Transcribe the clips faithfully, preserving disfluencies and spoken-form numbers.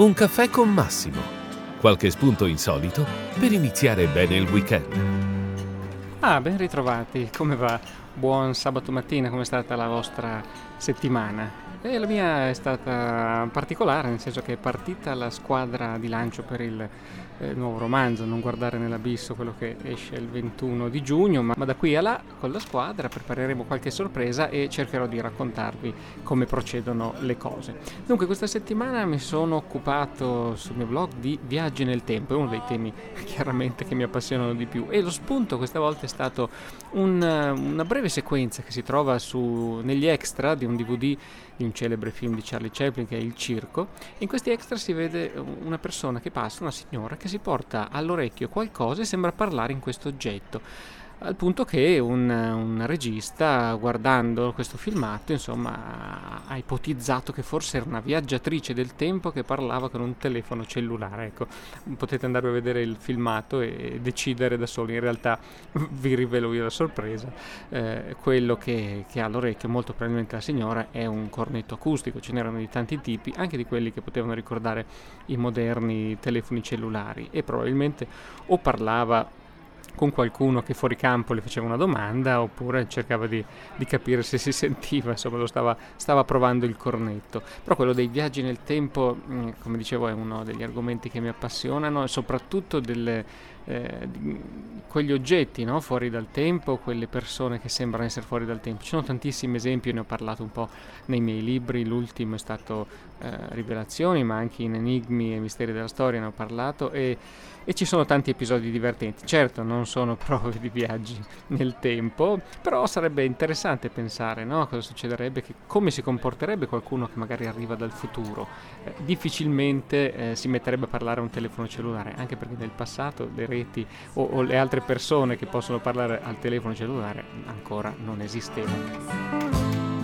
Un caffè con Massimo. Qualche spunto insolito per iniziare bene il weekend. Ah, ben ritrovati, come va? Buon sabato mattina, come è stata la vostra settimana? E la mia è stata particolare, nel senso che è partita la squadra di lancio per il eh, nuovo romanzo, Non guardare nell'abisso, quello che esce il ventuno di giugno, ma, ma da qui a là con la squadra prepareremo qualche sorpresa e cercherò di raccontarvi come procedono le cose. Dunque, questa settimana mi sono occupato sul mio blog di viaggi nel tempo, è uno dei temi chiaramente che mi appassionano di più, e lo spunto questa volta è stato un, una breve sequenza che si trova su, negli extra di un D V D di un celebre film di Charlie Chaplin che è Il Circo. In questi extra si vede una persona che passa, una signora che si porta all'orecchio qualcosa e sembra parlare in questo oggetto, al punto che un, un regista, guardando questo filmato, insomma, ha ipotizzato che forse era una viaggiatrice del tempo che parlava con un telefono cellulare. Ecco, potete andare a vedere il filmato e decidere da soli. In realtà vi rivelo io la sorpresa, eh, quello che, che ha all'orecchio, molto probabilmente la signora, è un cornetto acustico. Ce n'erano di tanti tipi, anche di quelli che potevano ricordare i moderni telefoni cellulari, e probabilmente o parlava con qualcuno che fuori campo le faceva una domanda, oppure cercava di, di capire se si sentiva, insomma lo stava, stava provando il cornetto. Però quello dei viaggi nel tempo, come dicevo, è uno degli argomenti che mi appassionano, e soprattutto delle, eh, di quegli oggetti, no? Fuori dal tempo, quelle persone che sembrano essere fuori dal tempo. Ci sono tantissimi esempi, ne ho parlato un po' nei miei libri, l'ultimo è stato eh, Rivelazioni, ma anche in Enigmi e Misteri della Storia ne ho parlato, e E ci sono tanti episodi divertenti. Certo, non sono prove di viaggi nel tempo, però sarebbe interessante pensare, no? Cosa succederebbe, che, come si comporterebbe qualcuno che magari arriva dal futuro. Eh, difficilmente eh, si metterebbe a parlare a un telefono cellulare, anche perché nel passato le reti o, o le altre persone che possono parlare al telefono cellulare ancora non esistevano.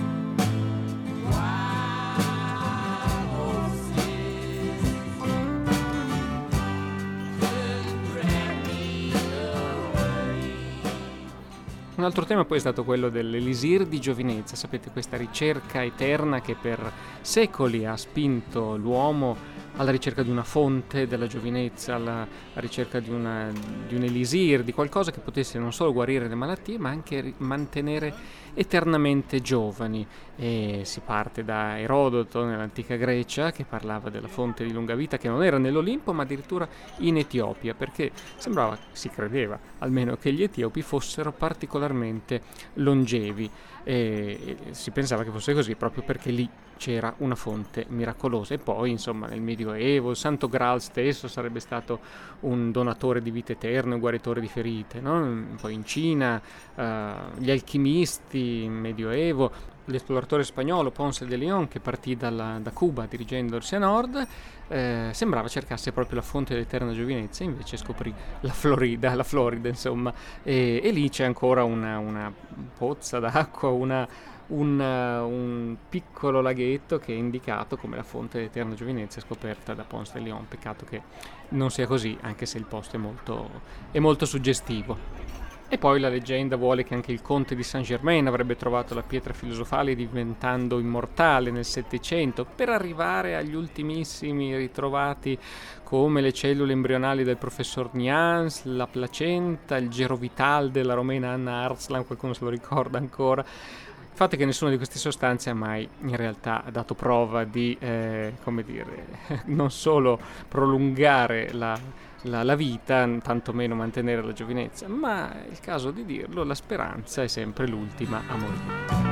Un altro tema poi è stato quello dell'elisir di giovinezza, sapete, questa ricerca eterna che per secoli ha spinto l'uomo alla ricerca di una fonte della giovinezza, alla ricerca di, una, di un elisir, di qualcosa che potesse non solo guarire le malattie, ma anche ri- mantenere eternamente giovani. E si parte da Erodoto nell'antica Grecia, che parlava della fonte di lunga vita che non era nell'Olimpo ma addirittura in Etiopia, perché sembrava, si credeva almeno, che gli etiopi fossero particolarmente longevi, e si pensava che fosse così proprio perché lì c'era una fonte miracolosa. E poi, insomma, nel Medioevo il Santo Graal stesso sarebbe stato un donatore di vita eterna, un guaritore di ferite, no? Poi in Cina eh, gli alchimisti in Medioevo, l'esploratore spagnolo Ponce de León, che partì dalla, da Cuba dirigendosi a nord, eh, sembrava cercasse proprio la fonte dell'eterna giovinezza, invece scoprì la Florida, la Florida insomma, e, e lì c'è ancora una, una pozza d'acqua, una, un, un piccolo laghetto che è indicato come la fonte dell'eterna giovinezza scoperta da Ponce de León. Peccato che non sia così, anche se il posto è molto, è molto suggestivo. E poi la leggenda vuole che anche il conte di Saint-Germain avrebbe trovato la pietra filosofale diventando immortale nel Settecento, per arrivare agli ultimissimi ritrovati come le cellule embrionali del professor Nians, la placenta, il gerovital della romena Anna Arslan, qualcuno se lo ricorda ancora. Il fatto è che nessuna di queste sostanze ha mai in realtà dato prova di, eh, come dire, non solo prolungare la, la, la vita, tantomeno mantenere la giovinezza, ma è il caso di dirlo, la speranza è sempre l'ultima a morire.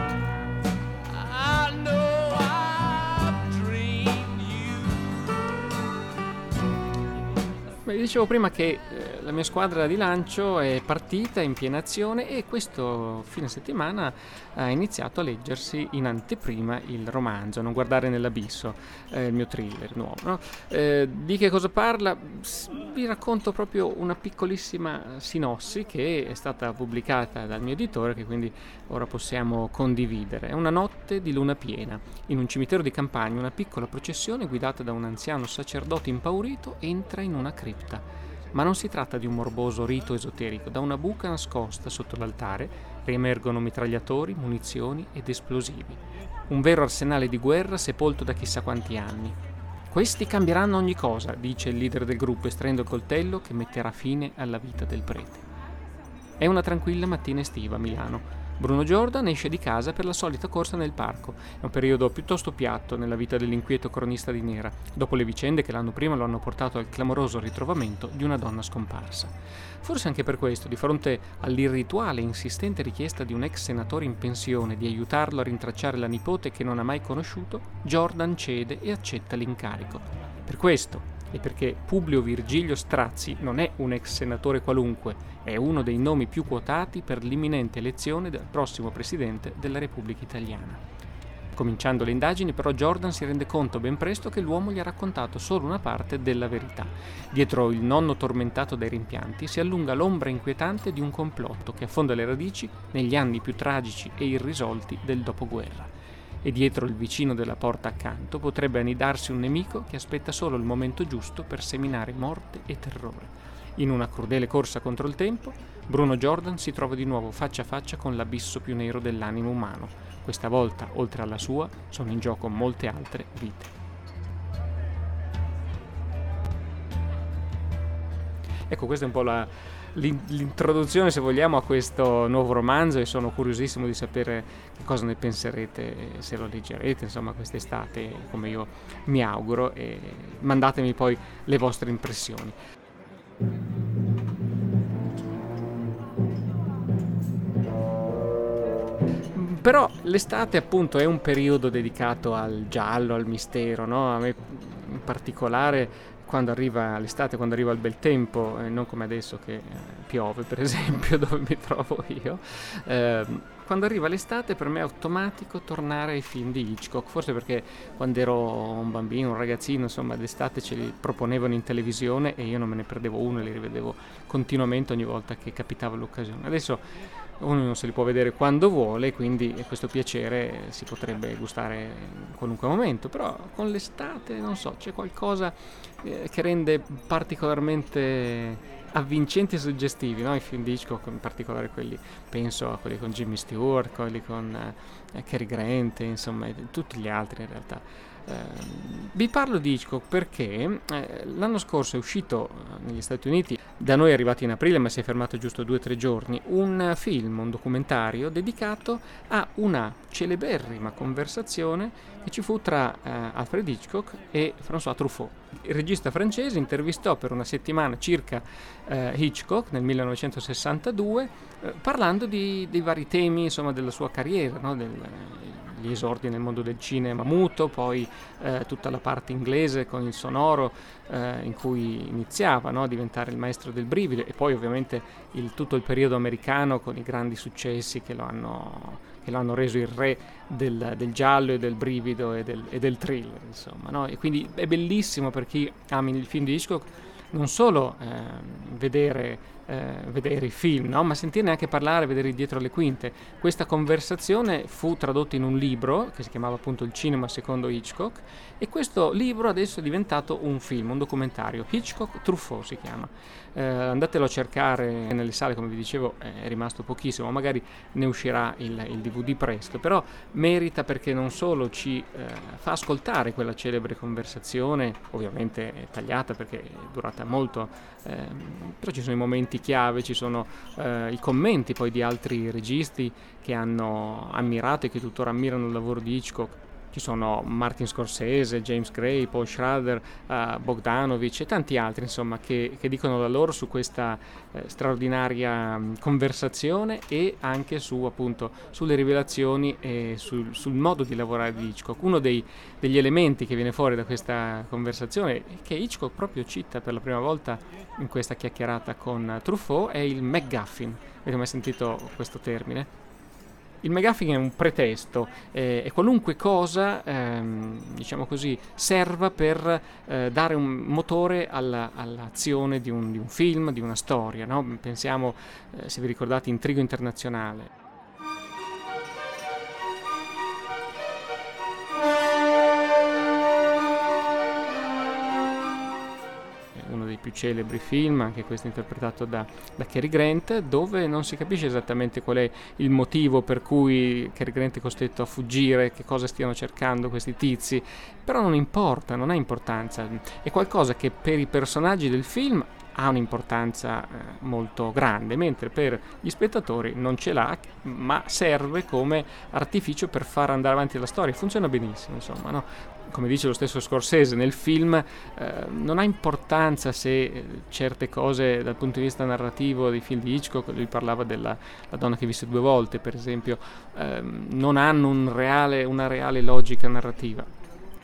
Beh, dicevo prima che eh, la mia squadra di lancio è partita in piena azione, e questo fine settimana ha iniziato a leggersi in anteprima il romanzo Non guardare nell'abisso, eh, il mio thriller nuovo, no? Eh, di che cosa parla? Vi racconto proprio una piccolissima sinossi che è stata pubblicata dal mio editore, che quindi ora possiamo condividere. È una notte di luna piena. In un cimitero di campagna una piccola processione guidata da un anziano sacerdote impaurito entra in una cripta. Ma non si tratta di un morboso rito esoterico. Da una buca nascosta sotto l'altare riemergono mitragliatori, munizioni ed esplosivi. Un vero arsenale di guerra sepolto da chissà quanti anni. Questi cambieranno ogni cosa, dice il leader del gruppo estraendo il coltello che metterà fine alla vita del prete. È una tranquilla mattina estiva a Milano. Bruno Jordan esce di casa per la solita corsa nel parco. È un periodo piuttosto piatto nella vita dell'inquieto cronista di Nera, dopo le vicende che l'anno prima lo hanno portato al clamoroso ritrovamento di una donna scomparsa. Forse anche per questo, di fronte all'irrituale e insistente richiesta di un ex senatore in pensione di aiutarlo a rintracciare la nipote che non ha mai conosciuto, Jordan cede e accetta l'incarico. Per questo, e perché Publio Virgilio Strazzi non è un ex senatore qualunque, è uno dei nomi più quotati per l'imminente elezione del prossimo presidente della Repubblica Italiana. Cominciando le indagini, però, Jordan si rende conto ben presto che l'uomo gli ha raccontato solo una parte della verità. Dietro il nonno tormentato dai rimpianti si allunga l'ombra inquietante di un complotto che affonda le radici negli anni più tragici e irrisolti del dopoguerra. E dietro il vicino della porta accanto potrebbe annidarsi un nemico che aspetta solo il momento giusto per seminare morte e terrore. In una crudele corsa contro il tempo, Bruno Jordan si trova di nuovo faccia a faccia con l'abisso più nero dell'animo umano. Questa volta, oltre alla sua, sono in gioco molte altre vite. Ecco, questa è un po' la, l'introduzione, se vogliamo, a questo nuovo romanzo, e sono curiosissimo di sapere che cosa ne penserete, se lo leggerete, insomma, quest'estate, come io mi auguro, e mandatemi poi le vostre impressioni. Però l'estate, appunto, è un periodo dedicato al giallo, al mistero, no? A me in particolare quando arriva l'estate, quando arriva il bel tempo, eh, non come adesso che eh, piove, per esempio, dove mi trovo io, eh, quando arriva l'estate per me è automatico tornare ai film di Hitchcock, forse perché quando ero un bambino, un ragazzino, insomma, d'estate ce li proponevano in televisione e io non me ne perdevo uno e li rivedevo continuamente ogni volta che capitava l'occasione. Adesso uno non se li può vedere quando vuole, quindi questo piacere si potrebbe gustare in qualunque momento, però con l'estate, non so, c'è qualcosa eh, che rende particolarmente avvincenti e suggestivi, no? I film di Hitchcock, in particolare quelli, penso a quelli con Jimmy Stewart, quelli con eh, Cary Grant, insomma, tutti gli altri in realtà. Eh, vi parlo di Hitchcock perché eh, l'anno scorso è uscito eh, negli Stati Uniti, da noi è arrivato in aprile ma si è fermato giusto due o tre giorni, un film, un documentario dedicato a una celeberrima conversazione che ci fu tra eh, Alfred Hitchcock e François Truffaut. Il regista francese intervistò per una settimana circa eh, Hitchcock nel millenovecentosessantadue eh, parlando di, dei vari temi, insomma, della sua carriera, no? Del, gli esordi nel mondo del cinema muto, poi eh, tutta la parte inglese con il sonoro eh, in cui iniziava, no, a diventare il maestro del brivido, e poi ovviamente il, tutto il periodo americano con i grandi successi che lo hanno, che lo hanno reso il re del, del giallo e del brivido e del, e del thriller, insomma, no? E quindi è bellissimo per chi ama il film di Hitchcock non solo eh, vedere Eh, vedere i film, no? Ma sentirne anche parlare, vedere dietro le quinte. Questa conversazione fu tradotta in un libro che si chiamava appunto Il cinema secondo Hitchcock, e questo libro adesso è diventato un film, un documentario. Hitchcock Truffaut si chiama. Eh, andatelo a cercare nelle sale, come vi dicevo, è rimasto pochissimo, magari ne uscirà il, il D V D presto, però merita perché non solo ci eh, fa ascoltare quella celebre conversazione, ovviamente è tagliata perché è durata molto, eh, però ci sono i momenti chiave, ci sono eh, i commenti poi di altri registi che hanno ammirato e che tuttora ammirano il lavoro di Hitchcock. Ci sono Martin Scorsese, James Gray, Paul Schrader, uh, Bogdanovich e tanti altri, insomma, che, che dicono la loro su questa eh, straordinaria mh, conversazione, e anche su, appunto, sulle rivelazioni e sul, sul modo di lavorare di Hitchcock. Uno dei, degli elementi che viene fuori da questa conversazione, che Hitchcock proprio cita per la prima volta in questa chiacchierata con Truffaut, è il MacGuffin. Avete mai sentito questo termine? Il MacGuffin è un pretesto, eh, e qualunque cosa, ehm, diciamo così, serva per eh, dare un motore alla, all'azione di un, di un film, di una storia, no? Pensiamo, eh, se vi ricordate, Intrigo internazionale. più celebri film, anche questo interpretato da, da Cary Grant, dove non si capisce esattamente qual è il motivo per cui Cary Grant è costretto a fuggire, che cosa stiano cercando questi tizi, però non importa, non ha importanza, è qualcosa che per i personaggi del film ha un'importanza eh, molto grande, mentre per gli spettatori non ce l'ha, ma serve come artificio per far andare avanti la storia. Funziona benissimo, insomma, no? Come dice lo stesso Scorsese nel film, eh, non ha importanza se eh, certe cose dal punto di vista narrativo dei film di Hitchcock, lui parlava della La donna che visse due volte, per esempio, eh, non hanno un reale, una reale logica narrativa.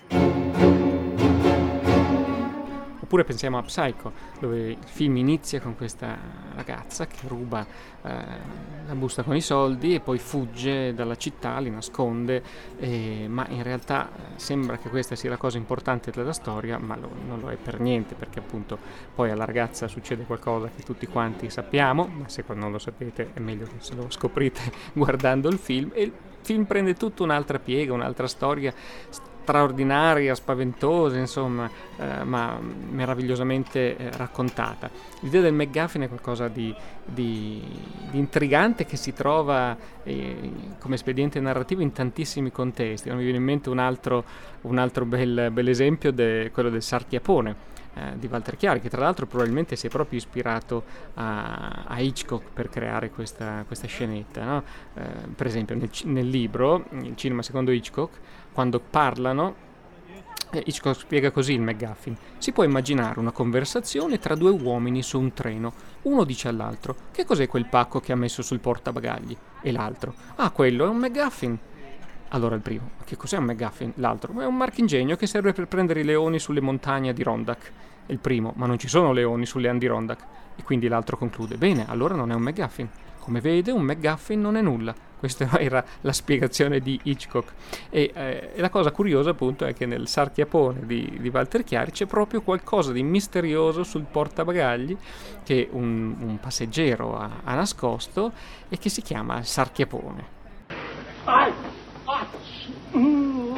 Oppure pensiamo a Psycho, dove il film inizia con questa ragazza che ruba eh, la busta con i soldi e poi fugge dalla città, li nasconde, eh, ma in realtà sembra che questa sia la cosa importante della storia, ma lo, non lo è per niente, perché appunto poi alla ragazza succede qualcosa che tutti quanti sappiamo, ma se non lo sapete è meglio che se lo scoprite guardando il film, e il film prende tutta un'altra piega, un'altra storia straordinaria, spaventosa, insomma, eh, ma meravigliosamente eh, raccontata. L'idea del MacGuffin è qualcosa di, di, di intrigante che si trova eh, come espediente narrativo in tantissimi contesti. Mi viene in mente un altro, un altro bel, bel esempio, de, quello del Sarchiapone eh, di Walter Chiari, che tra l'altro probabilmente si è proprio ispirato a, a Hitchcock per creare questa, questa scenetta, no? Eh, per esempio nel, nel libro Il cinema secondo Hitchcock, quando parlano, eh, Hitchcock spiega così il MacGuffin: si può immaginare una conversazione tra due uomini su un treno. Uno dice all'altro: che cos'è quel pacco che ha messo sul portabagagli? E l'altro: ah, quello è un MacGuffin. Allora il primo: che cos'è un MacGuffin? L'altro: è un marchingegno che serve per prendere i leoni sulle montagne Adirondack. Il primo: ma non ci sono leoni sulle Adirondack. E quindi l'altro conclude: bene, allora non è un MacGuffin. Come vede, un MacGuffin non è nulla. Questa era la spiegazione di Hitchcock. E, eh, e la cosa curiosa appunto è che nel Sarchiapone di, di Walter Chiari c'è proprio qualcosa di misterioso sul portabagagli che un, un passeggero ha, ha nascosto e che si chiama Sarchiapone. Ai! Ah! Mm.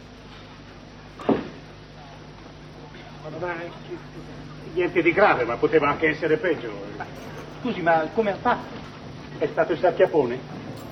Niente di grave, ma poteva anche essere peggio. Scusi, ma come ha fatto? È stato il Sarchiapone?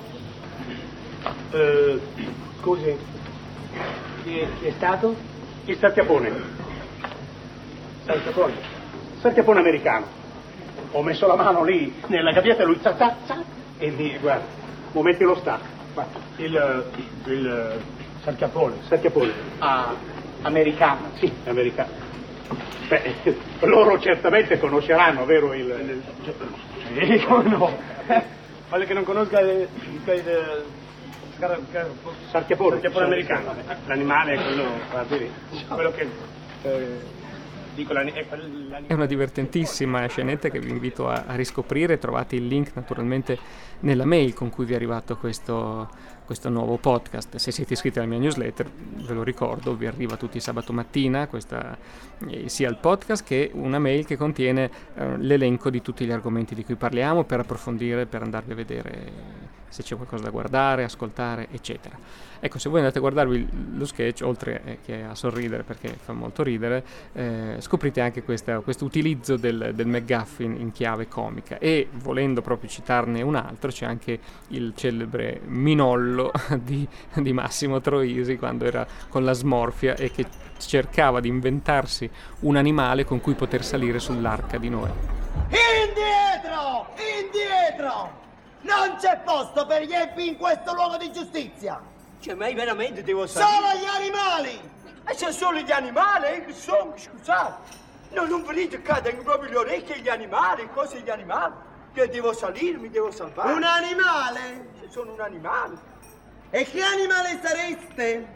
Uh, scusi, chi è, chi è stato? Il Sarchiapone. Sarchiapone? Sarchiapone americano. Ho messo la mano lì nella gabbietta e lui za, za, za, e lì, guarda, momenti lo sta. Il, il Sarchiapone? Sarchiapone. Ah, americano? Sì, americano. Beh, loro certamente conosceranno, vero il... Sì, come no? Quale che non conosca il... il Sarchiapone, Sarchiapone americano. L'animale è quello, guardi, quello che eh, dico, è, è una divertentissima scenetta che vi invito a, a riscoprire. Trovate il link naturalmente nella mail con cui vi è arrivato questo, questo nuovo podcast. Se siete iscritti alla mia newsletter, ve lo ricordo, vi arriva tutti i sabato mattina questa, eh, sia il podcast che una mail che contiene eh, l'elenco di tutti gli argomenti di cui parliamo, per approfondire, per andarvi a vedere se c'è qualcosa da guardare, ascoltare, eccetera. Ecco, se voi andate a guardarvi lo sketch, oltre eh, che a sorridere perché fa molto ridere, eh, scoprite anche questo utilizzo del, del MacGuffin in chiave comica, e volendo proprio citarne un altro, c'è anche il celebre Minollo di, di Massimo Troisi, quando era con la smorfia e che cercava di inventarsi un animale con cui poter salire sull'arca di Noè. Indietro! Indietro! Non c'è posto per gli empi in questo luogo di giustizia! Cioè, ma io veramente devo salire? Solo gli animali! E se sono gli animali? Sono, scusate! No, non venite qua, tengo proprio le orecchie gli animali, cose gli animali. Che devo salire, mi devo salvare. Un animale? Se sono un animale. E che animale sareste?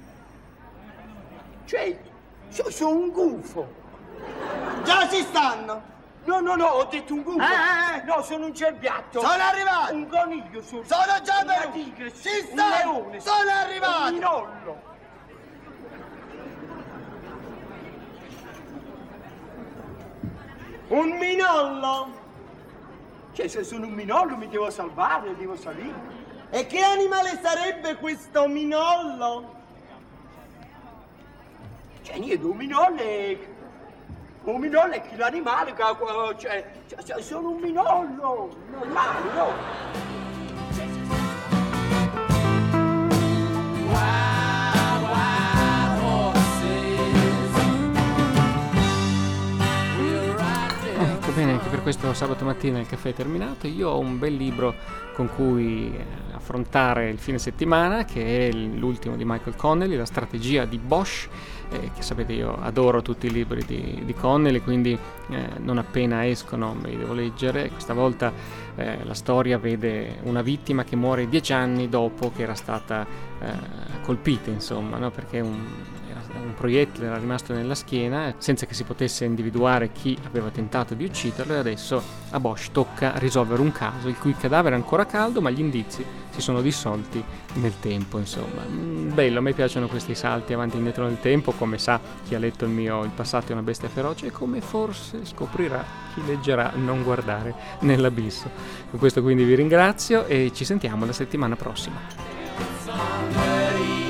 Cioè, so, sono un gufo. Già ci stanno! No, no, no, ho detto un gufo. Eh, eh. No, sono un cerbiatto. Sono arrivato! Un coniglio sono. Sono già una venuto! tigre, Ci un stanno! leone. Sono arrivato! Un minollo. Un minollo? Cioè, se sono un minollo mi devo salvare, devo salire. E che animale sarebbe questo minollo? Cioè, niente, un minollo è... Un minollo è che l'animale che cioè, cioè, sono un minollo, normale, no? Ecco, bene, anche per questo sabato mattina il caffè è terminato. Io ho un bel libro con cui affrontare il fine settimana, che è l'ultimo di Michael Connelly, La strategia di Bosch, eh, che sapete io adoro tutti i libri di, di Connelly, quindi eh, non appena escono me li devo leggere. Questa volta eh, la storia vede una vittima che muore dieci anni dopo che era stata eh, colpita, insomma, no? Perché un un proiettile era rimasto nella schiena senza che si potesse individuare chi aveva tentato di ucciderlo, e adesso a Bosch tocca risolvere un caso il cui cadavere è ancora caldo, ma gli indizi si sono dissolti nel tempo, insomma. Bello, a me piacciono questi salti avanti e indietro nel tempo, come sa chi ha letto il mio Il passato è una bestia feroce, e come forse scoprirà chi leggerà Non guardare nell'abisso. Con questo quindi vi ringrazio e ci sentiamo la settimana prossima.